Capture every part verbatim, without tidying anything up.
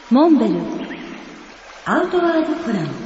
モンベルアウトワードプラン。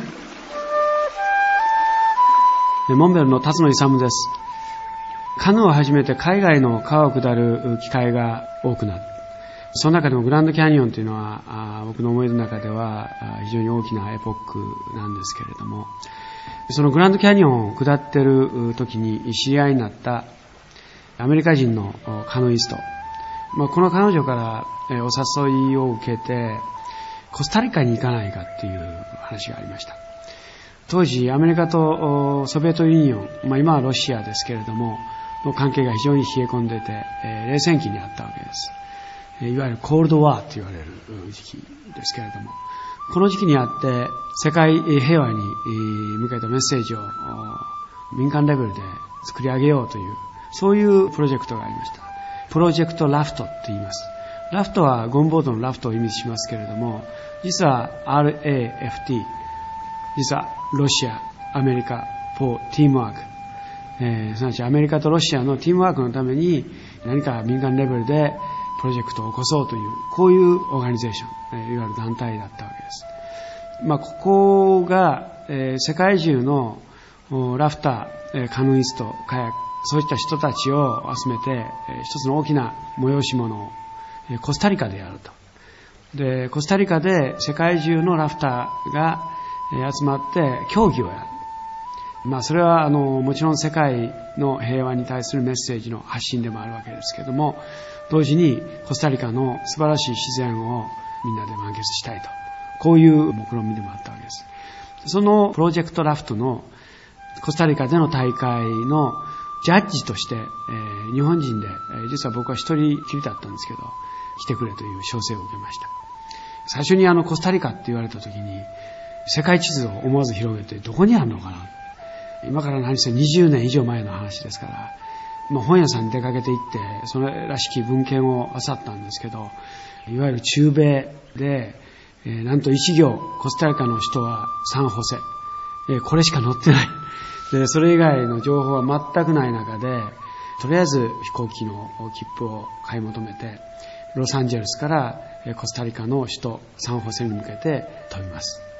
モンベルの辰野勇です。カヌーを始めて海外の川を下る機会が多くなる。その中でもグランドキャニオンというのは僕の思い出の中では非常に大きなエポックなんですけれども、そのグランドキャニオンを下っている時に知り合いになったアメリカ人のカヌーイスト、まあ、この彼女からお誘いを受けてコスタリカに行かないかっていう話がありました。当時アメリカとソビエトユニオン、まあ、今はロシアですけれどもの関係が非常に冷え込んでて、冷戦期にあったわけです。いわゆるコールドワーと言われる時期ですけれども、この時期にあって世界平和に向けたメッセージを民間レベルで作り上げようというそういうプロジェクトがありました。プロジェクトラフトって言います。ラフトはゴムボードのラフトを意味しますけれども、実は アールエーエフティー、 実はロシア、アメリカ for ティームワーク、えー、すなわちアメリカとロシアのティームワークのために何か民間レベルでプロジェクトを起こそうという、こういうオーガニゼーション、えー、いわゆる団体だったわけです。まあ、ここが、えー、世界中のラフター、カヌーイスト、カヤック、そういった人たちを集めて、えー、一つの大きな催し物を、えー、コスタリカでやると。で、コスタリカで世界中のラフターが、えー、集まって競技をやる。まあ、それはあのもちろん世界の平和に対するメッセージの発信でもあるわけですけれども、同時にコスタリカの素晴らしい自然をみんなで満喫したいと、こういう目論見でもあったわけです。そのプロジェクトラフトのコスタリカでの大会のジャッジとして、えー、日本人で、えー、実は僕は一人きりだったんですけど来てくれという招請を受けました。最初にあのコスタリカって言われた時に世界地図を思わず広げて、どこにあるのかな、今から何せにじゅうねん以上前の話ですから、まあ、本屋さんに出かけて行ってそれらしき文献を漁ったんですけど、いわゆる中米で、えー、なんと一行コスタリカの首都はサンホセ、えー、これしか載ってないで、それ以外の情報は全くない中で、とりあえず飛行機の切符を買い求めてロサンゼルスからコスタリカの首都サンホセに向けて飛びます。